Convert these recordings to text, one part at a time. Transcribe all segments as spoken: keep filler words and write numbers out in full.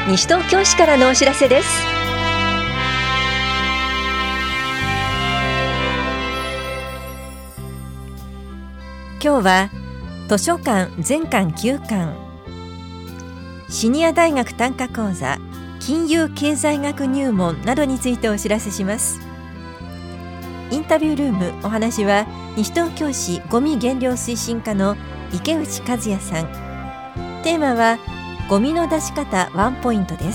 西東京市からのお知らせです。今日は図書館全館休館、シニア大学単価講座、金融経済学入門などについてお知らせします。インタビュールーム、お話は西東京市ゴミ減量推進課の池内和也さん。テーマはゴミの出し方ワンポイントです。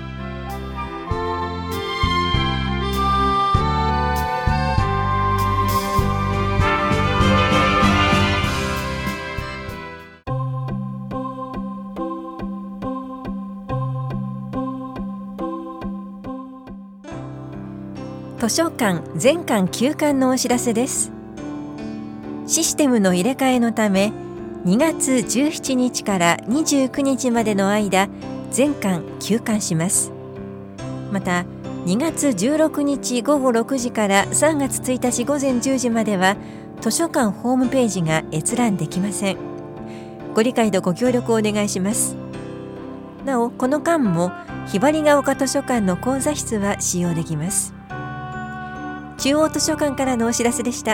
図書館全館休館のお知らせです。システムの入れ替えのためにがつじゅうしちにちからにじゅうくにちまでの間、全館休館します。またにがつじゅうろくにちごごろくじからさんがつついたちごぜんじゅうじまでは図書館ホームページが閲覧できません。ご理解とご協力をお願いします。なお、この間もひばりが丘図書館の講座室は使用できます。中央図書館からのお知らせでした。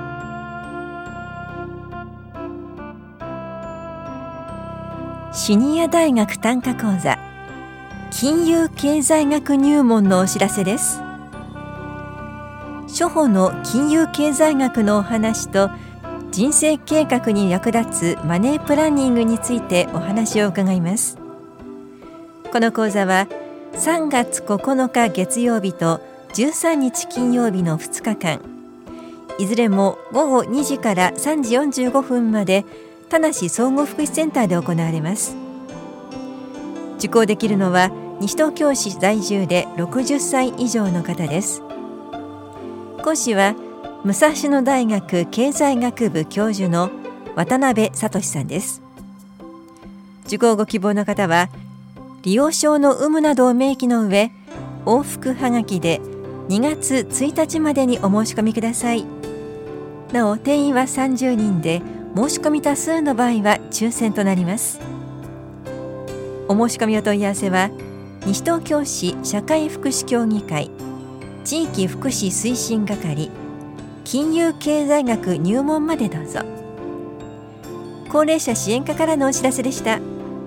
シニア大学単価講座、金融経済学入門のお知らせです。初歩の金融経済学のお話と人生計画に役立つマネープランニングについてお話を伺います。この講座はさんがつここのか月曜日とじゅうさんにち金曜日のふつかかん、いずれもごごにじからさんじよんじゅうごふんまで田無総合福祉センターで行われます。受講できるのは西東京市在住でろくじゅっさい以上の方です。講師は武蔵野大学経済学部教授の渡辺聡さんです。受講ご希望の方は利用証の有無などを明記の上、往復はがきでにがつついたちまでにお申し込みください。なお、定員はさんじゅうにんで申し込み多数の場合は抽選となります。お申し込みお問い合わせは西東京市社会福祉協議会地域福祉推進係金融経済学入門までどうぞ。高齢者支援課からのお知らせでした。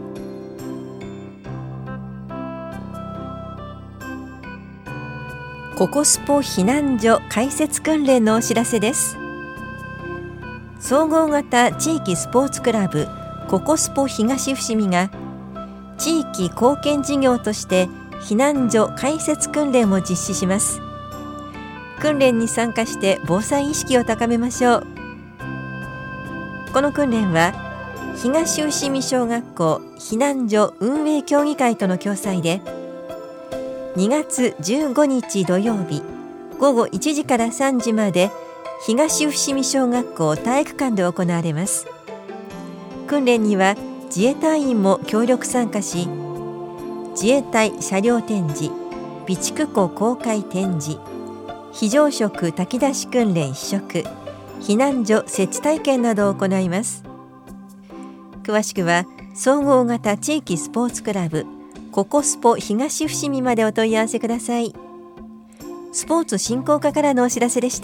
ココスポ避難所開設訓練のお知らせです。総合型地域スポーツクラブココスポ東伏見が地域貢献事業として避難所開設訓練を実施します。訓練に参加して防災意識を高めましょう。この訓練は東伏見小学校避難所運営協議会との共催でにがつじゅうごにち土曜日ごごいちじからさんじまで東伏見小学校体育館で行われます。訓練には自衛隊員も協力参加し、自衛隊車両展示、備蓄庫公開展示、非常食炊き出し訓練試食、避難所設置体験などを行います。詳しくは総合型地域スポーツクラブココスポ東伏見までお問い合わせください。スポーツ振興課からのお知らせでした。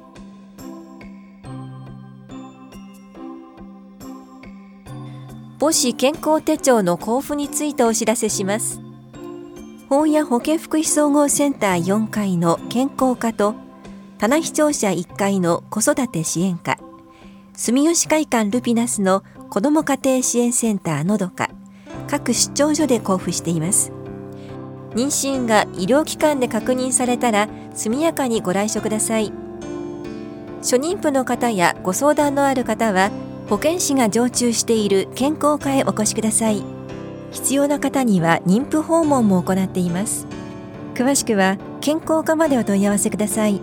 母子健康手帳の交付についてお知らせします。本屋保健福祉総合センターよんかいの健康課と棚視聴者いっかいの子育て支援課、住吉会館ルピナスの子ども家庭支援センターのどか各出張所で交付しています。妊娠が医療機関で確認されたら速やかにご来所ください。初妊婦の方やご相談のある方は保健師が常駐している健康課へお越しください。必要な方には妊婦訪問も行っています。詳しくは健康課までお問い合わせください。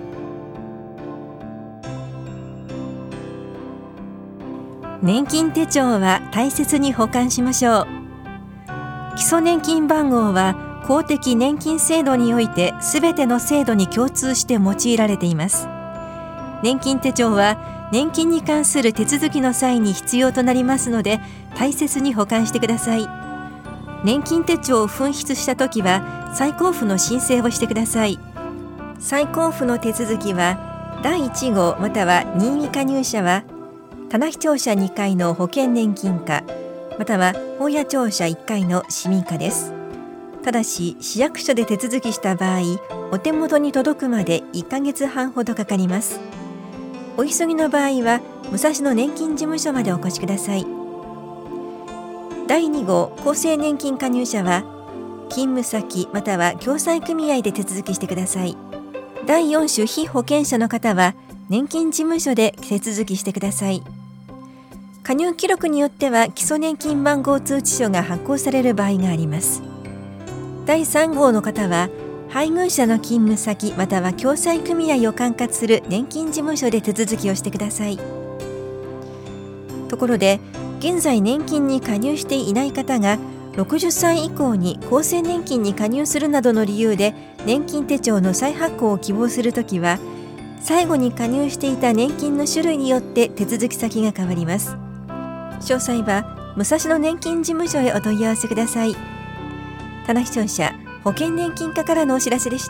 年金手帳は大切に保管しましょう。基礎年金番号は公的年金制度においてすべての制度に共通して用いられています。年金手帳は年金に関する手続きの際に必要となりますので大切に保管してください。 年金手帳を紛失したときは再交付の申請をしてください。再交付の手続きはだいいち号または任意加入者は棚視聴者にかいの保険年金課または本屋庁舎いっかいの市民課です。ただし市役所で手続きした場合、お手元に届くまでいっかげつはんほどかかります。お急ぎの場合は武蔵野年金事務所までお越しください。だいに号厚生年金加入者は勤務先または共済組合で手続きしてください。だいよん種被保険者の方は年金事務所で手続きしてください。加入記録によっては基礎年金番号通知書が発行される場合があります。だいさん号の方は配偶者の勤務先または共済組合を管轄する年金事務所で手続きをしてください。ところで現在年金に加入していない方がろくじゅっさい以降に厚生年金に加入するなどの理由で年金手帳の再発行を希望するときは、最後に加入していた年金の種類によって手続き先が変わります。詳細は武蔵野年金事務所へお問い合わせください。棚視聴者保険年金課からのお知らせでした。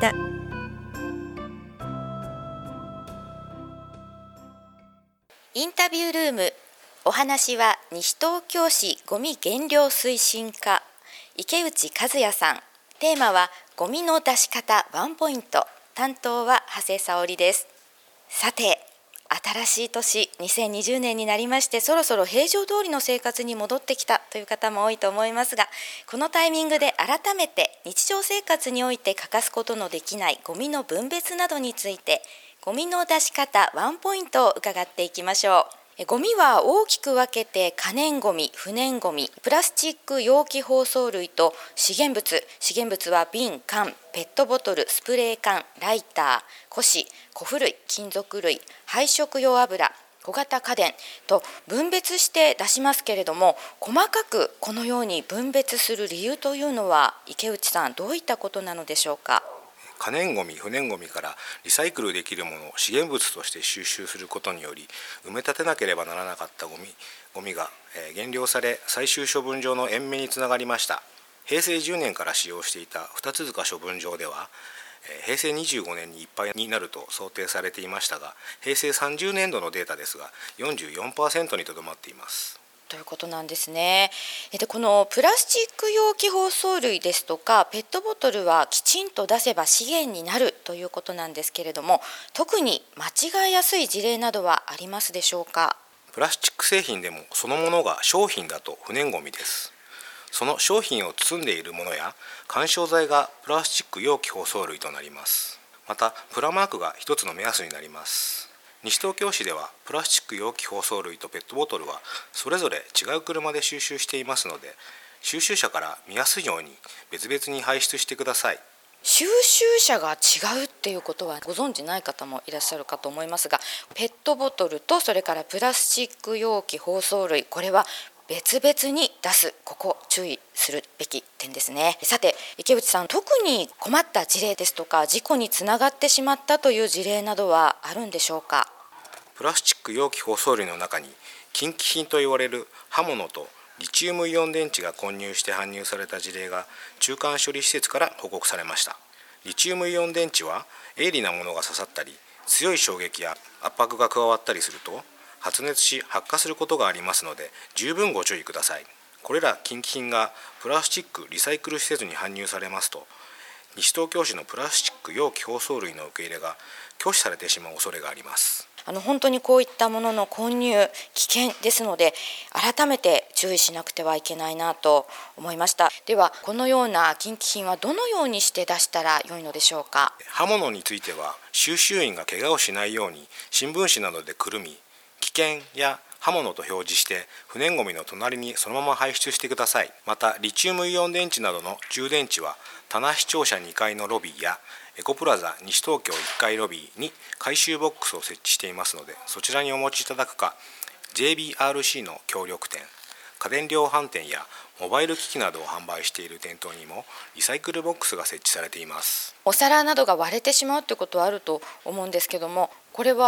インタビュールーム、お話は西東京市ごみ減量推進課池内和也さん。テーマはゴミの出し方ワンポイント。担当は長谷沙織です。さて、新しい年にせんにじゅうねんになりまして、そろそろ平常通りの生活に戻ってきたという方も多いと思いますが、このタイミングで改めて日常生活において欠かすことのできないゴミの分別などについて、ゴミの出し方ワンポイントを伺っていきましょう。ゴミは大きく分けて可燃ゴミ、不燃ゴミ、プラスチック容器包装類と資源物。資源物は瓶、缶、ペットボトル、スプレー缶、ライター、古紙、古布類、金属類、配色用油、小型家電と分別して出しますけれども、細かくこのように分別する理由というのは池内さん、どういったことなのでしょうか。 可燃ごみ、不燃ごみからリサイクルできるものを資源物として収集することにより、埋め立てなければならなかったゴミ、ゴミが減量され最終処分場の延命につながりました。へいせいじゅうねんから使用していた二塚処分場では、へいせいにじゅうごねんにいっぱいになると想定されていましたが、へいせいさんじゅうねんどのデータですが よんじゅうよんパーセント にとどまっています。 ということなんですね。で、このプラスチック容器包装類ですとかペットボトルはきちんと出せば資源になるということなんですけれども、特に間違いやすい事例などはありますでしょうか。 プラスチック製品でもそのものが商品だと不燃ごみです。その商品を包んでいるものや緩衝材がプラスチック容器包装類となります。またプラマークが一つの目安になります。西東京市ではプラスチック容器包装類とペットボトルはそれぞれ違う車で収集していますので、収集車から見やすいように別々に排出してください。 収集車が違うっていうことはご存じない方もいらっしゃるかと思いますが、ペットボトルとそれからプラスチック容器包装類、これは別々に出す、ここ注意するべき点ですね。さて池内さん、特に困った事例ですとか事故につながってしまったという事例などはあるんでしょうか。 プラスチック容器包装類の中に禁忌品と言われる刃物とリチウムイオン電池が混入して搬入された事例が中間処理施設から報告されました。リチウムイオン電池は鋭利なものが刺さったり強い衝撃や圧迫が加わったりすると発熱し発火することがありますので、十分ご注意ください。これら禁忌品がプラスチックリサイクル施設に搬入されますと、西東京市のプラスチック容器包装類の受け入れが拒否されてしまう恐れがあります。 あの本当にこういったものの混入危険ですので、改めて注意しなくてはいけないなと思いました。ではこのような禁忌品はどのようにして出したら良いのでしょうか。 刃物については収集員が怪我をしないように新聞紙などでくるみ、危険や刃物と表示して不燃ごみの隣にそのまま排出してください。またリチウムイオン電池などの充電池は棚視聴者にかいのロビーやエコプラザ西東京いっかいロビーに回収ボックスを設置していますので、そちらにお持ちいただくか ジェイビーアールシー の協力店、家電量販店やモバイル機器などを販売している店頭にもリサイクルボックスが設置されています。 お皿などが割れてしまうということはあると思うんですけども、これは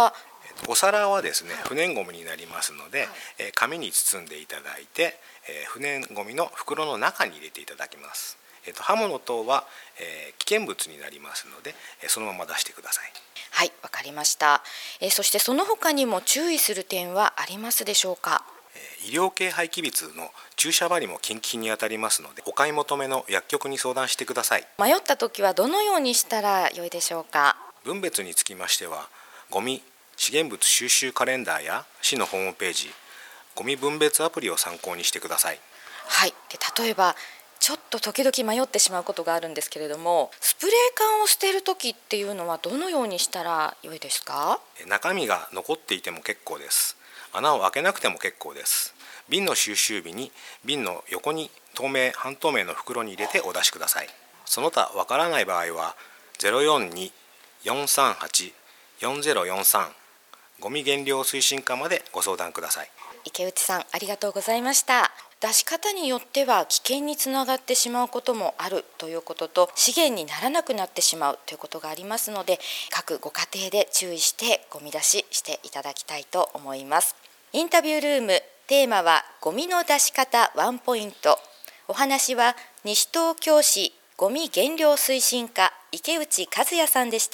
お皿はですね、不燃ごみになりますので、はい、え紙に包んでいただいて、え不燃ごみの袋の中に入れていただきます。えー、と刃物等は、えー、危険物になりますので、えー、そのまま出してください。 はい、わかりました。えー、そしてその他にも注意する点はありますでしょうか。 えー、医療系廃棄物の注射針も禁忌品にあたりますので、お買い求めの薬局に相談してください。 迷った時はどのようにしたらよいでしょうか。 分別につきましては、ゴミ資源物収集カレンダーや市のホームページ、ゴミ分別アプリを参考にしてください。 はい、で例えばちょっと時々迷ってしまうことがあるんですけれども、スプレー缶を捨てる時っていうのはどのようにしたら良いですか。 中身が残っていても結構です。穴を開けなくても結構です。瓶の収集日に瓶の横に透明半透明の袋に入れてお出しください。その他わからない場合は ゼロよんに よんさんはち よんゼロよんさん ゴミ減量推進課までご相談ください。 池内さん、ありがとうございました。出し方によっては危険につながってしまうこともあるということと、資源にならなくなってしまうということがありますので、各ご家庭で注意してゴミ出ししていただきたいと思います。インタビュールーム、テーマはゴミの出し方ワンポイント。お話は西東京市ゴミ減量推進課池内和也さんでした。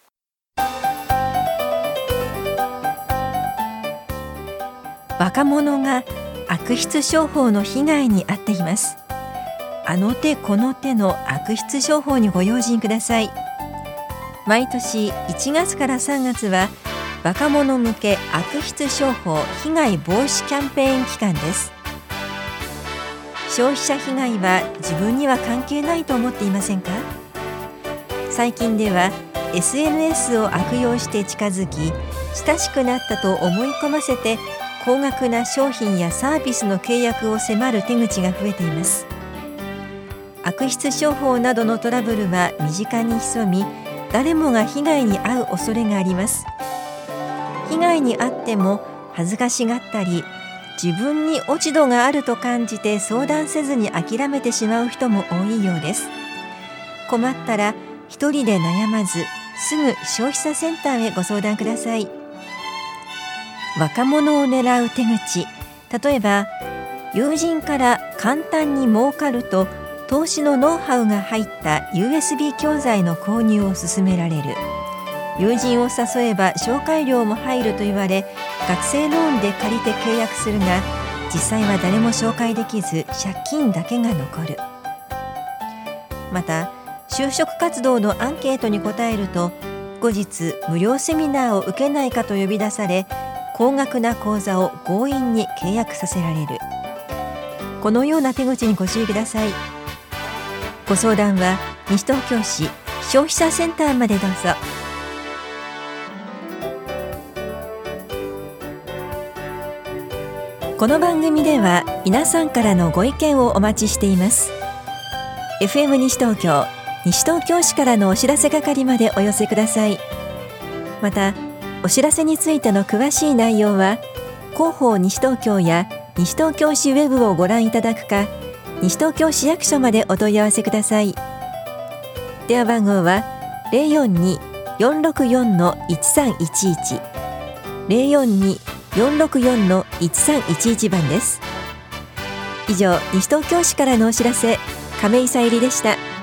若者が悪質商法の被害に遭っています。あの手この手の悪質商法にご用心ください。毎年いちがつからさんがつは若者向け悪質商法被害防止キャンペーン期間です。消費者被害は自分には関係ないと思っていませんか。最近では エスエヌエス を悪用して近づき、親しくなったと思い込ませて高額な商品やサービスの契約を迫る手口が増えています。悪質商法などのトラブルは身近に潜み、誰もが被害に遭う恐れがあります。被害に遭っても恥ずかしがったり、自分に落ち度があると感じて相談せずに諦めてしまう人も多いようです。困ったら一人で悩まず、すぐ消費者センターへご相談ください。若者を狙う手口、例えば友人から簡単に儲かると投資のノウハウが入った ユーエスビー 教材の購入を勧められる。友人を誘えば紹介料も入ると言われ、学生ローンで借りて契約するが、実際は誰も紹介できず借金だけが残る。また就職活動のアンケートに答えると、後日無料セミナーを受けないかと呼び出され、高額な講座を強引に契約させられる。このような手口にご注意ください。ご相談は西東京市消費者センターまでどうぞ。この番組では皆さんからのご意見をお待ちしています。 エフエム 西東京西東京市からのお知らせ係までお寄せください。またお知らせについての詳しい内容は広報西東京や西東京市ウェブをご覧いただくか、西東京市役所までお問い合わせください。電話番号は ゼロよんに よんろくよん いちさんいちいち ゼロよんに よんろくよん いちさんいちいち番です。以上、西東京市からのお知らせ、亀井さゆりでした。